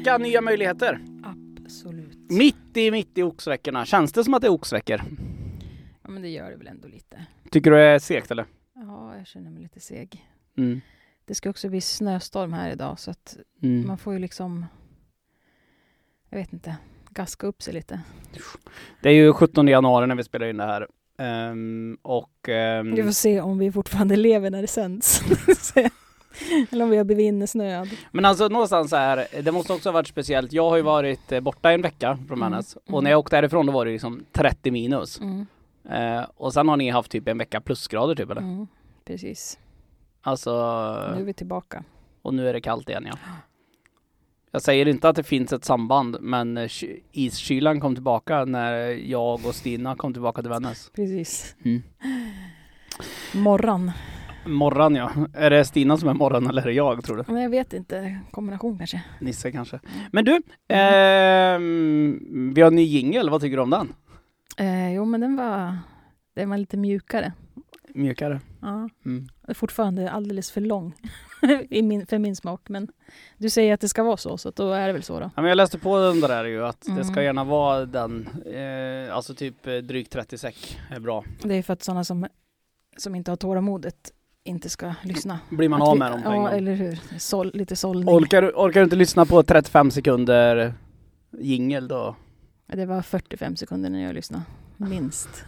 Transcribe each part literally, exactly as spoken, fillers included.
vecka, nya möjligheter. Absolut. Mitt i, mitt i oxveckorna. Känns det som att det är oxveckor? Ja, men det gör det väl ändå lite. Tycker du det är segt eller? Ja, jag känner mig lite seg. Mm. Det ska också bli snöstorm här idag så att Mm. man får ju liksom, jag vet inte, gaska upp sig lite. Det är ju sjuttonde januari när vi spelar in det här. Um, och um, Vi får se om vi fortfarande lever när det sänds. Eller om vi har blivit innesnöad. Men alltså någonstans så här, det måste också ha varit speciellt. Jag har ju varit borta en vecka från Mannes. Mm. Och när jag åkte därifrån då var det liksom trettio minus. Mm. Uh, och sen har ni haft typ en vecka plusgrader typ eller? Mm. Precis. Alltså... Nu är vi tillbaka. Och nu är det kallt igen, ja. Jag säger inte att det finns ett samband, men ky- iskylan kom tillbaka när jag och Stina kom tillbaka till Vännäs. Precis. Mm. Morgon. Morgon, ja. Är det Stina som är morgon eller är det jag, tror du? Men jag vet inte. Kombination kanske. Nisse kanske. Men du, ehm, vi har en ny jingle. Vad tycker du om den? Eh, jo, men den var, den var lite mjukare. Mjukare. Ja. Mm. Är fortfarande alldeles för lång i min, för min smak. Men du säger att det ska vara så, så då är det väl så då. Ja, men jag läste på den där ju att Mm. det ska gärna vara den, eh, alltså typ eh, drygt trettio sek är bra. Det är för att sådana som, som inte har tålamodet inte ska lyssna. Blir man Att av vi- med dem på en Ja, gång. eller hur. Sol, lite sållning. Orkar, du- orkar du inte lyssna på trettiofem sekunder jingle då? Det var fyrtiofem sekunder när jag lyssnade. Minst.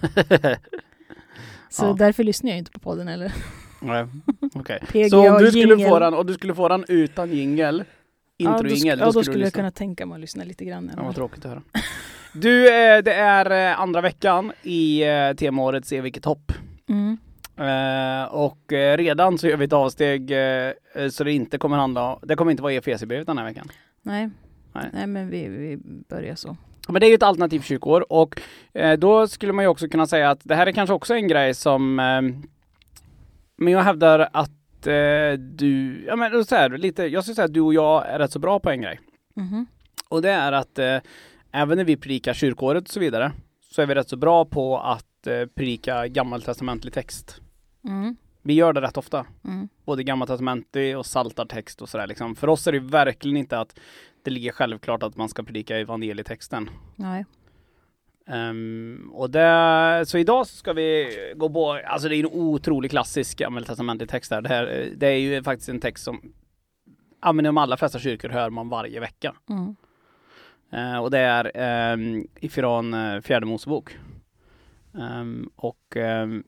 Så Ja. därför lyssnar jag inte på podden eller. Nej, okej. P G Så om A du skulle jingle. få den, och du skulle få den utan jingle, Ja, intro då, sk- jingle, ja, då skulle skulle du jag lyssna. kunna tänka mig att lyssna lite grann. Ja, vad tråkigt att höra. Du, eh, det är eh, andra veckan i eh, temaåret Se vilket hopp. Mm. Eh, och eh, redan så gör vi ett avsteg eh, så det inte kommer handla, det kommer inte vara E F E-brevet den här veckan. Nej. Nej. Nej, men vi, vi börjar så. Men det är ju ett alternativt kyrkår och eh, då skulle man ju också kunna säga att det här är kanske också en grej som eh, men jag hävdar att eh, du, ja men så här, lite, jag skulle säga att du och jag är rätt så bra på en grej. Mhm. Och det är att eh, även när vi predikar kyrkåret och så vidare så är vi rätt så bra på att eh, predika gammaltestamentlig text. Mm. Vi gör det rätt ofta. Mm. Både gammaltestamentlig och saltartext och sådär liksom. För oss är det verkligen inte att det ligger självklart att man ska predika evangelietexten. Nej. Um, och det, så idag så ska vi gå på, alltså det är en otroligt klassisk gammaltestamentlig text här. Det, här. Det är ju faktiskt en text som ja, men i de allra flesta kyrkor hör man varje vecka. Mm. Uh, och det är um, ifrån uh, fjärde Mosebok. Um, och um,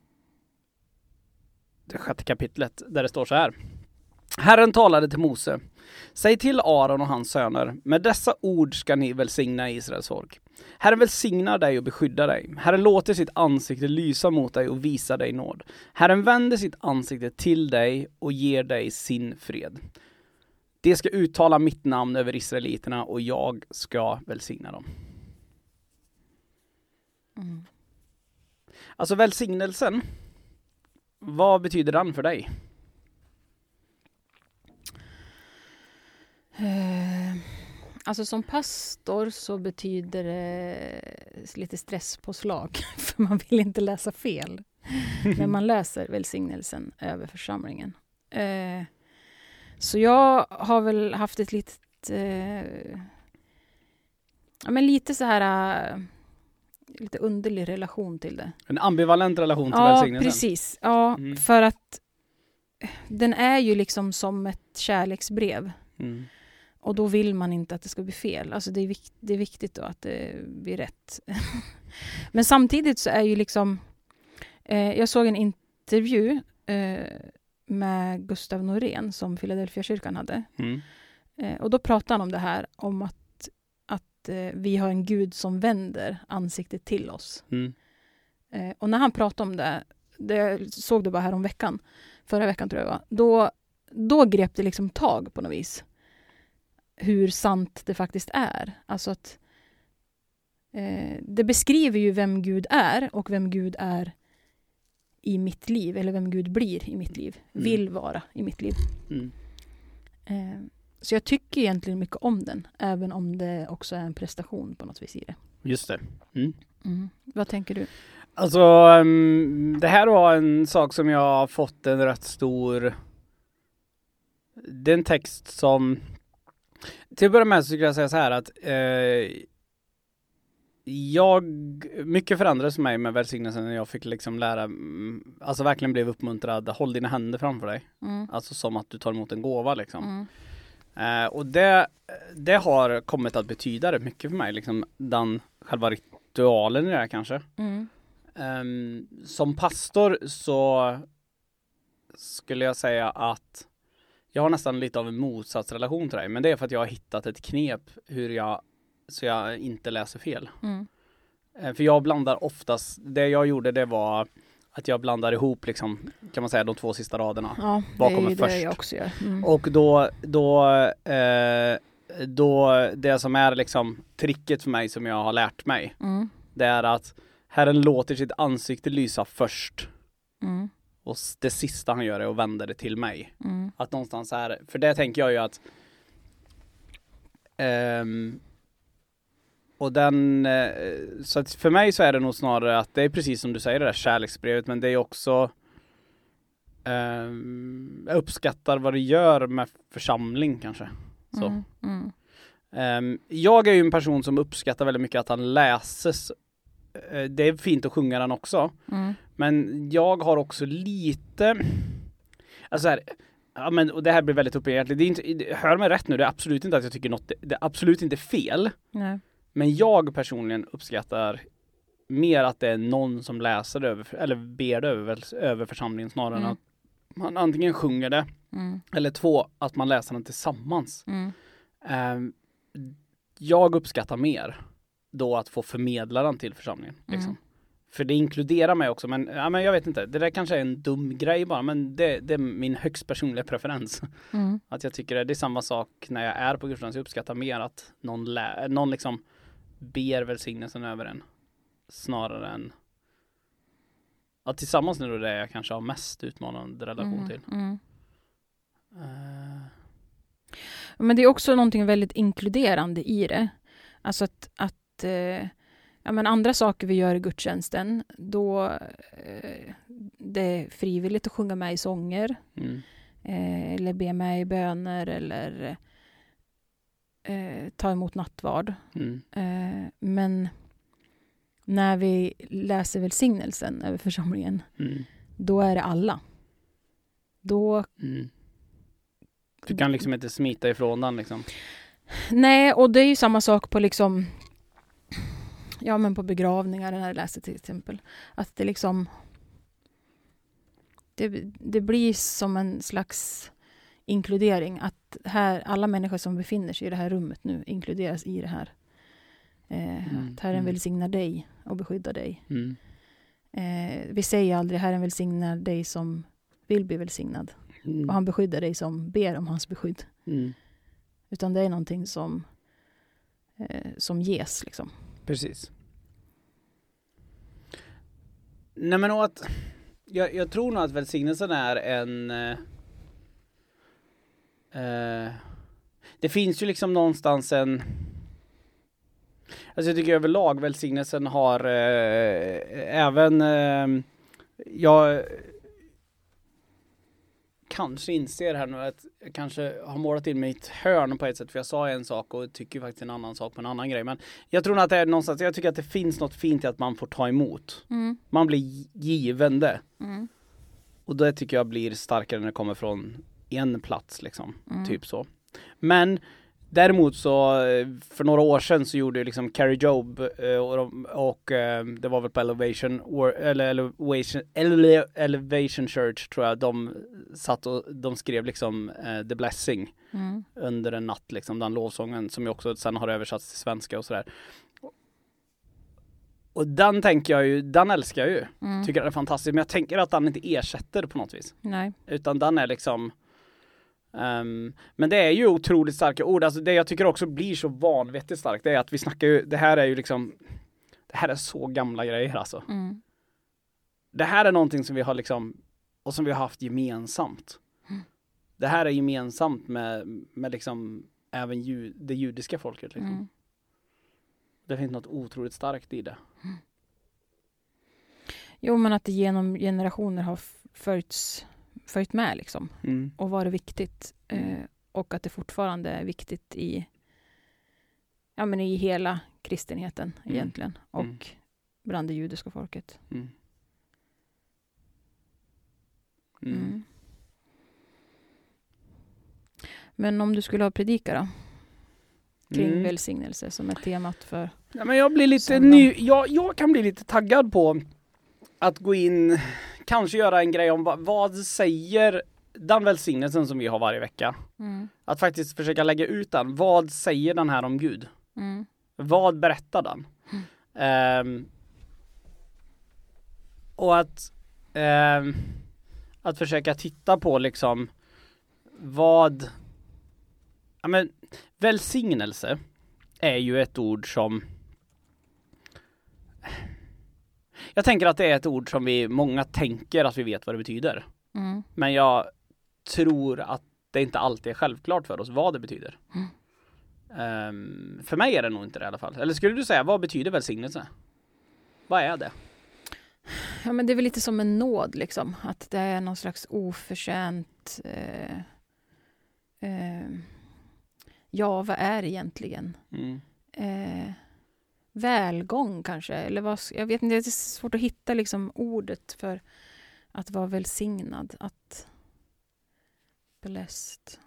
det sjätte kapitlet där det står så här. Herren talade till Mose. Säg till Aron och hans söner, med dessa ord ska ni välsigna Israels folk. Herren välsignar dig och beskyddar dig. Herren låter sitt ansikte lysa mot dig och visar dig nåd. Herren vänder sitt ansikte till dig och ger dig sin fred. Det ska uttala mitt namn över israeliterna och jag ska välsigna dem. Mm. Alltså välsignelsen, vad betyder den för dig? Eh, alltså som pastor så betyder det lite stresspåslag. För man vill inte läsa fel. När man läser välsignelsen över församlingen. Eh, så jag har väl haft ett litet... Eh, ja, men lite så här... Uh, lite underlig relation till det. En ambivalent relation till Ja, välsignelsen. precis. Ja, Mm. för att den är ju liksom som ett kärleksbrev. Mm. Och då vill man inte att det ska bli fel. Alltså det är, vikt, det är viktigt då att det blir rätt. Men samtidigt så är ju liksom... Eh, jag såg en intervju eh, med Gustav Norén som Philadelphia-kyrkan hade. Mm. Eh, och då pratade han om det här. Om att, att eh, vi har en Gud som vänder ansiktet till oss. Mm. Eh, och när han pratade om det, det såg det bara här om veckan, förra veckan tror jag var, då, då grep det liksom tag på något vis. Hur sant det faktiskt är. Alltså att eh, det beskriver ju vem Gud är och vem Gud är i mitt liv, eller vem Gud blir i mitt liv, Mm. vill vara i mitt liv. Mm. Eh, så jag tycker egentligen mycket om den, även om det också är en prestation på något vis i det. Just det. Mm. Mm. Vad tänker du? Alltså, um, det här var en sak som jag har fått en rätt stor... Det är en text som... Till att börja med så skulle jag säga så här att eh, jag, mycket förändrades för mig med välsignelsen när jag fick liksom lära, alltså verkligen blev uppmuntrad, håll dina händer framför dig. Mm. Alltså som att du tar emot en gåva liksom. Mm. Eh, och det, det har kommit att betyda rätt mycket för mig, liksom den själva ritualen i det här kanske. Mm. Um, som pastor så skulle jag säga att jag har nästan lite av en motsatsrelation till dig, men det är för att jag har hittat ett knep hur jag, så jag inte läser fel. Mm. Uh, för jag blandar oftast, det jag gjorde det var att jag blandar ihop liksom, kan man säga, de två sista raderna. Ja, Vad det är kommer ju först? det jag också gör. Mm. Och då, då, eh, då det som är liksom tricket för mig som jag har lärt mig, Mm. det är att Herren låter sitt ansikte lysa först. Mm. Och det sista han gör är att vända det till mig. Mm. Att någonstans här, för det tänker jag ju att um, och den uh, så att för mig så är det nog snarare att det är precis som du säger, det där kärleksbrevet, men det är också um, jag uppskattar vad det gör med församling kanske. Så. Mm. Mm. Um, jag är ju en person som uppskattar väldigt mycket att han läses. Uh, det är fint att sjunga den också. Mm. Men jag har också lite, alltså här, ja men, och det här blir väldigt uppegentligt. Det är inte, hör mig rätt nu, det är absolut inte att jag tycker något, det är absolut inte fel. Nej. Men jag personligen uppskattar mer att det är någon som läser det över, eller ber det över, över församlingen snarare Mm. än att man antingen sjunger det, Mm. eller två, att man läser den tillsammans. Mm. Um, jag uppskattar mer då att få förmedla den till församlingen. Liksom. Mm. För det inkluderar mig också, men, ja, men jag vet inte, det där kanske är en dum grej bara, men det, det är min högst personliga preferens. Mm. Att jag tycker det, det är samma sak när jag är på gudstjänst, jag uppskattar mer att någon, lä, någon liksom ber välsignelsen över en, snarare än att tillsammans nu då det jag kanske har mest utmanande relation Mm. till. Mm. Uh. Men det är också någonting väldigt inkluderande i det. Alltså att, att eh, ja, men andra saker vi gör i gudstjänsten, då eh, det är frivilligt att sjunga med i sånger, Mm. eh, eller be med i böner, eller eh, ta emot nattvard. Mm. Eh, men när vi läser välsignelsen över församlingen, Mm. då är det alla. Då Mm. Du kan liksom inte smita ifrån den liksom. Nej, och det är ju samma sak på liksom, ja men på begravningar när jag läser till exempel. Att det liksom, det, det blir som en slags inkludering. Att här, alla människor som befinner sig i det här rummet nu inkluderas i det här. Eh, Mm, att Herren mm. välsignar dig och beskyddar dig. Mm. Eh, vi säger aldrig Herren välsignar dig som vill bli välsignad. Mm. Och han beskyddar dig som ber om hans beskydd. Mm. Utan det är någonting som, eh, som ges liksom. Precis. Nej men och att jag, jag tror nog att välsignelsen är en eh, eh, det finns ju liksom någonstans en, alltså jag tycker överlag välsignelsen har eh, även eh, jag kanske inser här nu att jag kanske har målat in mig i ett hörn på ett sätt, för jag sa en sak och tycker faktiskt en annan sak på en annan grej, men jag tror att det är någonstans, jag tycker att det finns något fint i att man får ta emot. Mm. Man blir givande. Mm. Och det tycker jag blir starkare när det kommer från en plats liksom, Mm. typ så. Men däremot så för några år sedan så gjorde ju liksom Carrie Job eh, och, de, och eh, det var väl på Elevation or, eller Elevation ele, Elevation Church tror jag, de satt och de skrev liksom eh, The Blessing Mm. under en natt liksom, den lovsången som ju också sen har översatts till svenska och sådär. Och den tänker jag ju, den älskar jag ju. Mm. Tycker den är fantastisk, men jag tänker att den inte ersätter på något vis. Nej. Utan den är liksom um, men det är ju otroligt starka ord. Alltså det jag tycker också blir så vanvettigt starkt, det är att vi snackar ju, det här är ju liksom, det här är så gamla grejer alltså. Mm. Det här är någonting som vi har liksom, och som vi har haft gemensamt. Mm. Det här är gemensamt med, med liksom även ju, det judiska folket liksom. Mm. Det finns något otroligt starkt i det. Jo, men att det genom generationer har f- följts, följt med liksom. Mm. Och varit viktigt. Eh, och att det fortfarande är viktigt i, ja, men i hela kristenheten Mm. egentligen. Och Mm. bland det judiska folket. Mm. Mm. Mm. Men om du skulle ha predika då? Kring Mm. välsignelse som är temat för... Ja, men jag blir lite Söndag. ny, jag, jag kan bli lite taggad på att gå in, kanske göra en grej om vad, vad säger den välsignelsen som vi har varje vecka. Mm. Att faktiskt försöka lägga ut den. Vad säger den här om Gud? Mm. Vad berättar den? Mm. Ehm, och att ehm, att försöka titta på liksom vad ja, men välsignelse är ju ett ord som jag tänker att det är ett ord som vi många tänker att vi vet vad det betyder. Mm. Men jag tror att det inte alltid är självklart för oss vad det betyder. Mm. Um, för mig är det nog inte det i alla fall. Eller skulle du säga, vad betyder välsignelse? Vad är det? Ja, men det är väl lite som en nåd liksom. Att det är någon slags oförtjänt... Eh, eh, ja, vad är det egentligen? Mm. Eh, välgång kanske? Eller vad, jag vet inte, det är svårt att hitta liksom ordet för att vara välsignad. Att... Blessed.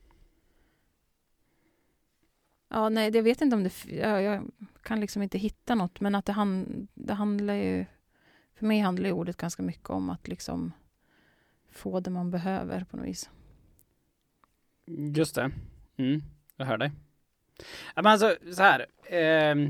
Ja, nej, det vet inte om det... Jag, jag kan liksom inte hitta något. Men att det, han, det handlar ju... För mig handlar ju ordet ganska mycket om att liksom få det man behöver på något vis. Just det. Mm, jag hör dig. Ja, men alltså, så här. Eh,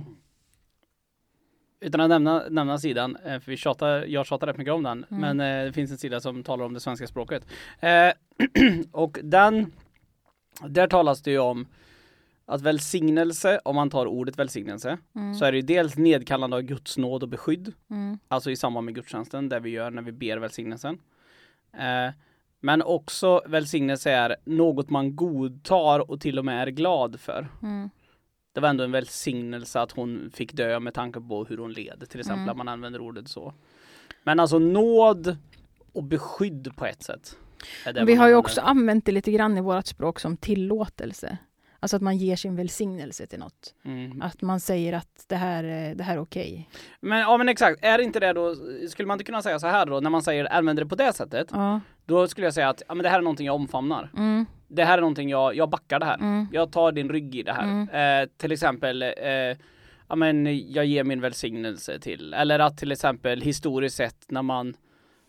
utan att nämna, nämna sidan, eh, för vi tjatar, jag tjatar rätt mycket om den, Mm. men eh, det finns en sida som talar om det svenska språket. Eh, och den, där talas det ju om att välsignelse, om man tar ordet välsignelse, Mm. så är det ju dels nedkallande av Guds nåd och beskydd. Mm. Alltså i samband med gudstjänsten, där vi gör när vi ber välsignelsen. Eh, men också välsignelse är något man godtar och till och med är glad för. Mm. Det var ändå en välsignelse att hon fick dö med tanke på hur hon led. Till exempel Mm. att man använder ordet så. Men alltså nåd och beskydd på ett sätt. är det Vi man har ju använder. också använt det lite grann i vårt språk som tillåtelse. Alltså att man ger sin välsignelse till något. Mm. Att man säger att det här, är- det här är okej. Men, ja, men exakt, är inte det då, skulle man inte kunna säga så här då, när man säger använder det på det sättet, Ja. då skulle jag säga att ja, men det här är någonting jag omfamnar. Mm. Det här är någonting jag, jag backar det här. Mm. Jag tar din rygg i det här. Mm. Eh, till exempel, eh, ja, men jag ger min välsignelse till. Eller att till exempel historiskt sett när man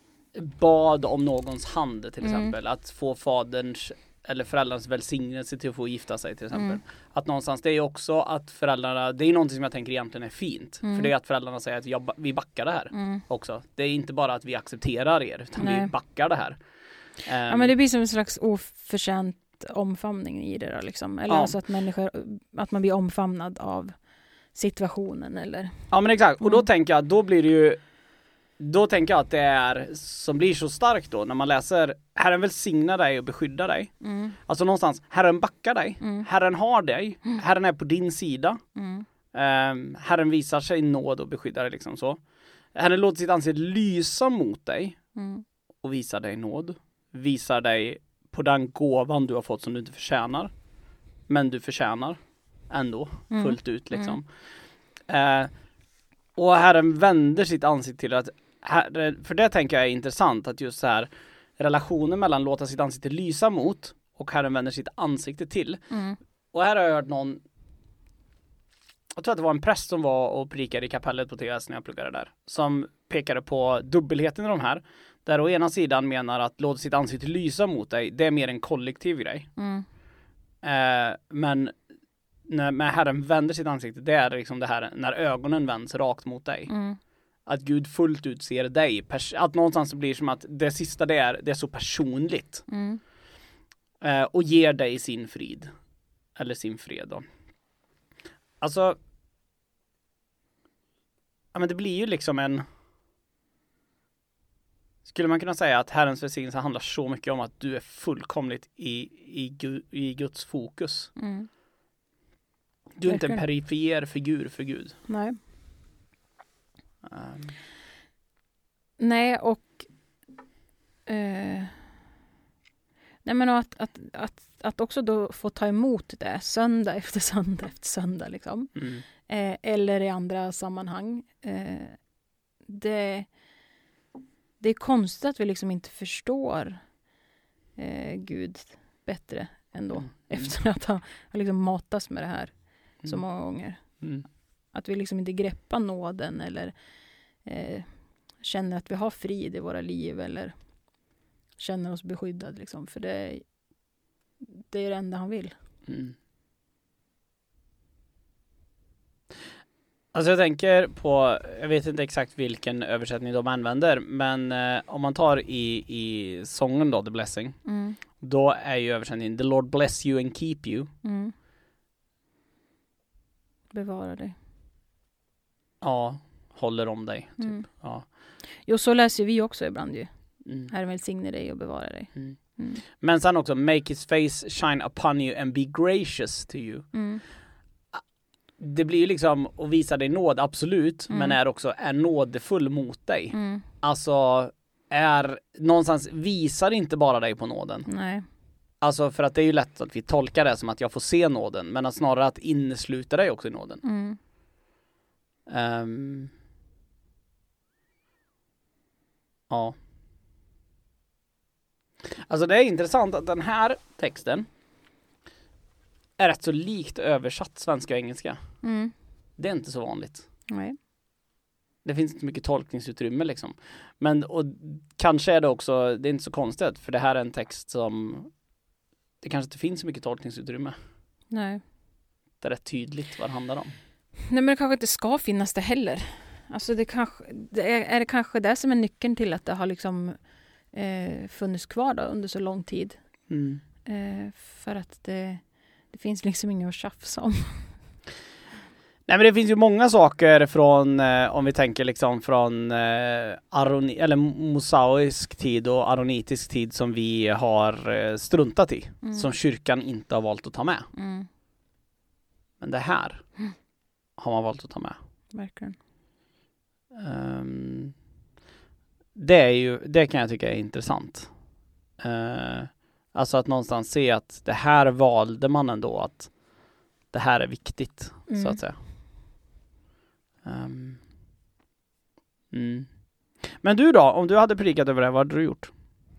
bad om någons hand till Mm. exempel. Att få faderns eller föräldrarnas välsignelse till att få gifta sig till exempel. Mm. Att någonstans, det är också att föräldrarna, det är någonting som jag tänker egentligen är fint. Mm. För det är att föräldrarna säger att jag, ba- vi backar det här Mm. också. Det är inte bara att vi accepterar er, utan Nej. vi backar det här. Ja, Ehm, men det blir som en slags oförtjänt omfamning i det då, liksom. Eller Ja. alltså att människor, att man blir omfamnad av situationen eller... Ja men exakt, och då Mm. tänker jag att då blir det ju då tänker jag att det är som blir så starkt då när man läser Herren välsignar dig och beskyddar dig. Mm. Alltså någonstans, Herren backar dig, Mm. Herren har dig, Mm. Herren är på din sida. Mm. Ehm, Herren visar sig nåd och beskyddar dig liksom så. Herren låter sitt ansikte lysa mot dig Mm. och visar dig nåd. Visar dig på den gåvan du har fått som du inte förtjänar. Men du förtjänar ändå Mm. fullt ut liksom. Eh, och Herren vänder sitt ansikte till att herre, för det tänker jag är intressant att just så här relationen mellan låta sitt ansikte lysa mot och Herren vänder sitt ansikte till. Mm. Och här har jag hört någon, jag tror att det var en präst som var och predikade i kapellet på T S när jag pluggade där, som pekade på dubbelheten i de här. Där å ena sidan menar att låta sitt ansikte lysa mot dig, det är mer en kollektiv grej. Mm. Eh, men när med Herren vänder sitt ansikte, det är liksom det här när ögonen vänds rakt mot dig. Mm. Att Gud fullt ut ser dig. Pers- att någonstans blir som att det sista det är, det är så personligt. Mm. Eh, och ger dig sin frid. Eller sin fred då. Alltså. Ja men det blir ju liksom en. Skulle man kunna säga att Herrens välsignelse handlar så mycket om att du är fullkomligt i, i, Gu- i Guds fokus. Mm. Du är inte en Verkligen. perifer figur för Gud. Nej. Um, Nej, och... Eh, Nej, men att, att, att, att också då få ta emot det söndag efter söndag efter söndag liksom. Mm. Eh, eller i andra sammanhang. Eh, det, det är konstigt att vi liksom inte förstår eh, Gud bättre ändå. Mm. Efter att ha, ha liksom matats med det här Mm. så många gånger. Mm. Att vi liksom inte greppar nåden eller eh, känner att vi har frid i våra liv eller känner oss beskyddade liksom. För det, det är det enda han vill. Mm. Alltså jag tänker på, jag vet inte exakt vilken översättning de använder, men eh, om man tar i, i sången då, The Blessing, Mm. då är ju översättningen The Lord bless you and keep you. Mm. Bevara dig. Ja, håller om dig. Typ. Mm. Ja. Jo, så läser vi också ibland ju. Mm. Herren välsigne dig och bevara dig. Mm. Mm. Men sen också, make his face shine upon you and be gracious to you. Mm. Det blir ju liksom att visa dig nåd, absolut, Mm. men är också är nådefull mot dig. Mm. Alltså, är någonstans visar inte bara dig på nåden. Nej. Alltså, för att det är ju lätt att vi tolkar det som att jag får se nåden, men att snarare att innesluta dig också i nåden. Mm. Um, ja. Alltså det är intressant att den här texten är rätt så likt översatt svenska och engelska. Mm. Det är inte så vanligt. Nej. Det finns inte så mycket tolkningsutrymme liksom. Men och kanske är det också, det är inte så konstigt, för det här är en text som det kanske inte finns så mycket tolkningsutrymme. Nej. Det är rätt tydligt vad det handlar om. Nej, men det kanske inte ska finnas det heller. Alltså det kanske, det är, är det kanske det som är nyckeln till att det har liksom eh, funnits kvar då under så lång tid. Mm. Eh, för att det, det finns liksom inget att tjafsa om. Nej, men det finns ju många saker från, eh, om vi tänker liksom från eh, Aroni, eller mosaisk tid och aronitisk tid som vi har eh, struntat i. Mm. Som kyrkan inte har valt att ta med. Mm. Men det här Mm. har man valt att ta med. Verkligen. Um, det är ju, det kan jag tycka är intressant. Uh, alltså att någonstans se att det här valde man ändå, att det här är viktigt, Mm. så att säga. Um, mm. Men du då, om du hade predikat över det, vad hade du gjort?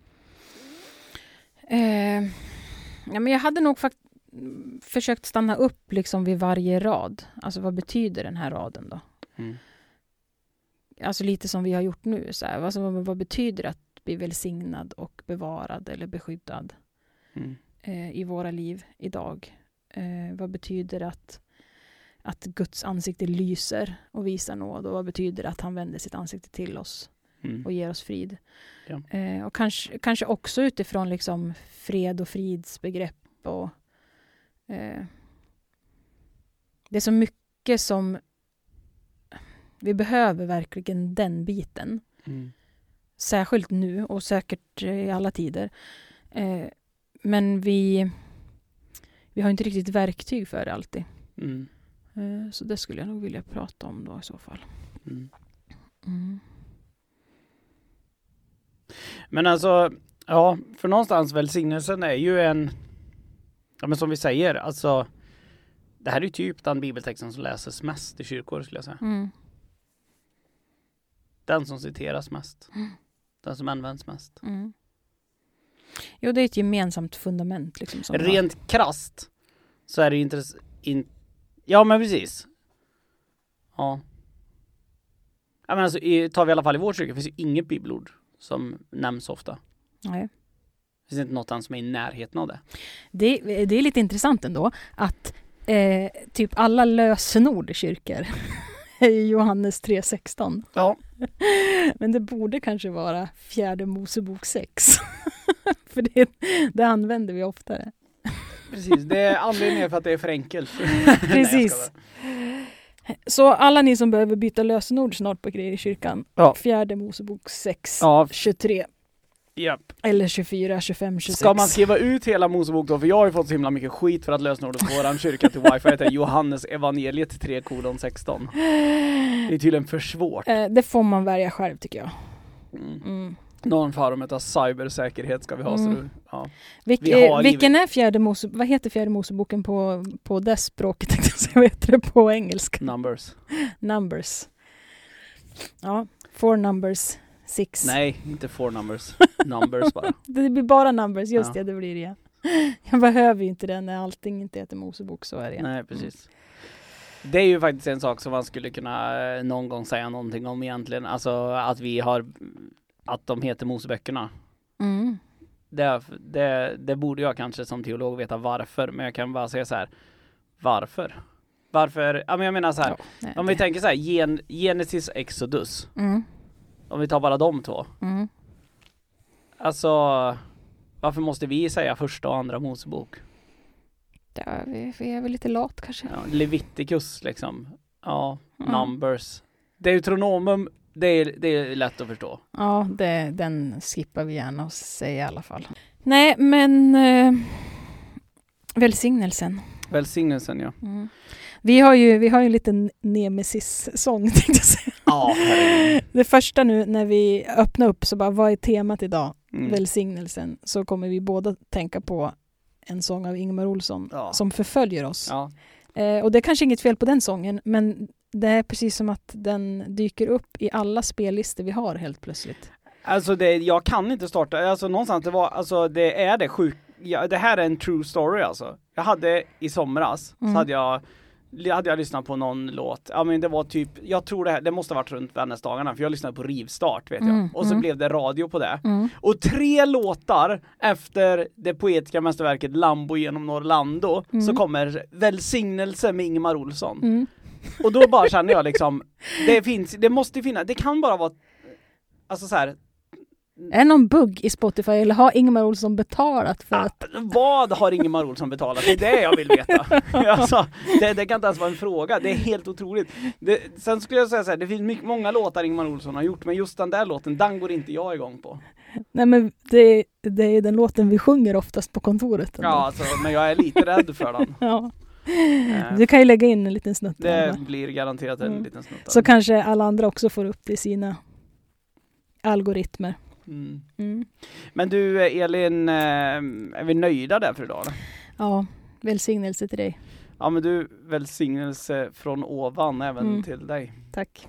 Eh, ja, men jag hade nog faktiskt försökt stanna upp liksom vid varje rad. Alltså vad betyder den här raden då? Mm. Alltså lite som vi har gjort nu. Så här. Alltså, vad, vad betyder det att bli välsignad och bevarad eller beskyddad Mm. eh, i våra liv idag? Eh, vad betyder att, att Guds ansikte lyser och visar nåd? Och vad betyder det att han vänder sitt ansikte till oss Mm. och ger oss frid? Ja. Eh, och kanske, kanske också utifrån liksom fred och fridsbegrepp. Och, eh, det är så mycket som vi behöver verkligen den biten. Mm. Särskilt nu och säkert i alla tider. Eh, men vi, vi har inte riktigt verktyg för det alltid. Mm. Eh, så det skulle jag nog vilja prata om då i så fall. Mm. Mm. Men alltså, ja, för någonstans välsignelsen är ju en, ja men som vi säger, alltså det här är ju typ den bibeltexten som läses mest i kyrkor, skulle jag säga. Mm. Den som citeras mest. Mm. Den som används mest. Mm. Jo, det är ett gemensamt fundament. Liksom, som Rent har... krasst så är det intressant. In... Ja, men precis. Ja. Ja, men alltså, i, tar vi i alla fall i vår kyrka, finns ju inget bibelord som nämns ofta. Nej. Det finns inte något annat som är i närheten av det. Det, det är lite intressant ändå att eh, typ alla lösenord i kyrkor är Johannes tre sexton. Ja. Men det borde kanske vara fjärde Mosebok sex. För det, det använder vi oftare. Precis, det är anledningen för att det är för enkelt. Precis. Nej, så alla ni som behöver byta lösenord snart på grejer i kyrkan. Ja. Fjärde Mosebok sex, Ja. tjugotre. Japp. Eller tjugofyra, tjugofem, tjugosex. Ska man skriva ut hela Mosebok då? För jag har ju fått så himla mycket skit för att lösenordet på våran kyrka till wifi är Johannes evangeliet tre kolon sexton. Det är tydligen för svårt. Eh, det får man välja själv tycker jag. Mm. Mm. Någon form av cybersäkerhet ska vi ha. Mm. Så du, ja. Vilk, Vi har eh, vilken givet- är fjärde Mose, vad heter fjärde Moseboken på, på det språket? tänkte jag säga. Vad heter det på engelska? Numbers. Numbers. Ja, four numbers, six. Nej, inte four numbers. Numbers bara. Det blir bara numbers, just Ja. det, det blir det. Jag behöver ju inte det när allting inte heter Mosebok, så är det. Nej, precis. Det är ju faktiskt en sak som man skulle kunna eh, någon gång säga någonting om egentligen. Alltså att vi har, att de heter Moseböckerna. Mm. Det, det, det borde jag kanske som teolog veta varför. Men jag kan bara säga så här. Varför? Varför? Ja, men jag menar så här. Ja, nej, Om vi det- tänker så här. Gen, Genesis och Exodus. Mm. Om vi tar bara de två. Mm. Alltså, varför måste vi säga första och andra Mosebok? Ja, vi, vi är väl lite lat kanske. Ja, Leviticus liksom. Ja, Mm. Numbers. Deuteronomium, det är, det är lätt att förstå. Ja, det, den skippar vi gärna och säger i alla fall. Nej, men eh, välsignelsen. Välsignelsen, ja. Mm. Vi har ju vi har ju en liten nemesis-sång, tänkte jag säga. Ja, herregud. Det första nu när vi öppnar upp så bara, vad är temat idag? Mm. Välsignelsen. Så kommer vi båda tänka på en sång av Ingemar Olsson Ja. som förföljer oss. Ja. Eh, och det är kanske inget fel på den sången, men det är precis som att den dyker upp i alla spellistor vi har helt plötsligt. Alltså det, jag kan inte starta, alltså någonstans det var, alltså det är det sjuk, ja, det här är en true story alltså. Jag hade i somras, Mm. så hade jag, hade jag lyssnat på någon låt, ja men det var typ, jag tror det här, det måste ha varit runt Vännäsdagarna, för jag lyssnade på Rivstart vet jag, Mm, och så mm. blev det radio på det. Mm. Och tre låtar efter det poetiska mästerverket Lambo genom Norrlando, Mm. så kommer Välsignelse med Ingemar Olsson. Mm. Och då bara känner jag liksom, det finns, det måste finnas, det kan bara vara, alltså så här. Är det någon bugg i Spotify eller har Ingemar Olsson betalat för att... Ah, vad har Ingemar Olsson betalat? Det är det jag vill veta. Alltså, det, det kan inte ens vara en fråga. Det är helt otroligt. Det, sen skulle jag säga så här, det finns mycket, många låtar Ingemar Olsson har gjort, men just den där låten, den går inte jag igång på. Nej, men det, det är den låten vi sjunger oftast på kontoret. ändå. Ja, alltså, men jag är lite rädd för den. Ja. Eh, Du kan ju lägga in en liten snutt. Det där, va? blir garanterat en Mm. liten snutt. Så kanske alla andra också får upp det i sina algoritmer. Mm. Mm. Men du Elin, eh, är vi nöjda där för idag? Eller? Ja, välsignelse till dig. Ja, men du, välsignelse från ovan även Mm. till dig. Tack.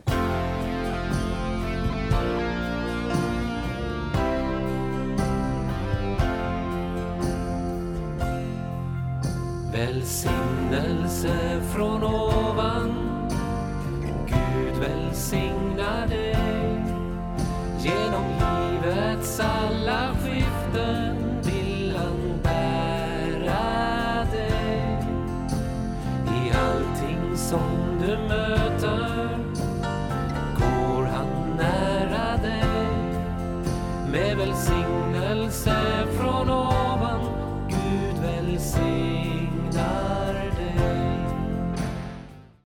Välsignelse från ovan, Gud välsigna dig. Genom livets alla skiften vill han bära dig. I allting som du möter går han nära dig. Med välsignelse från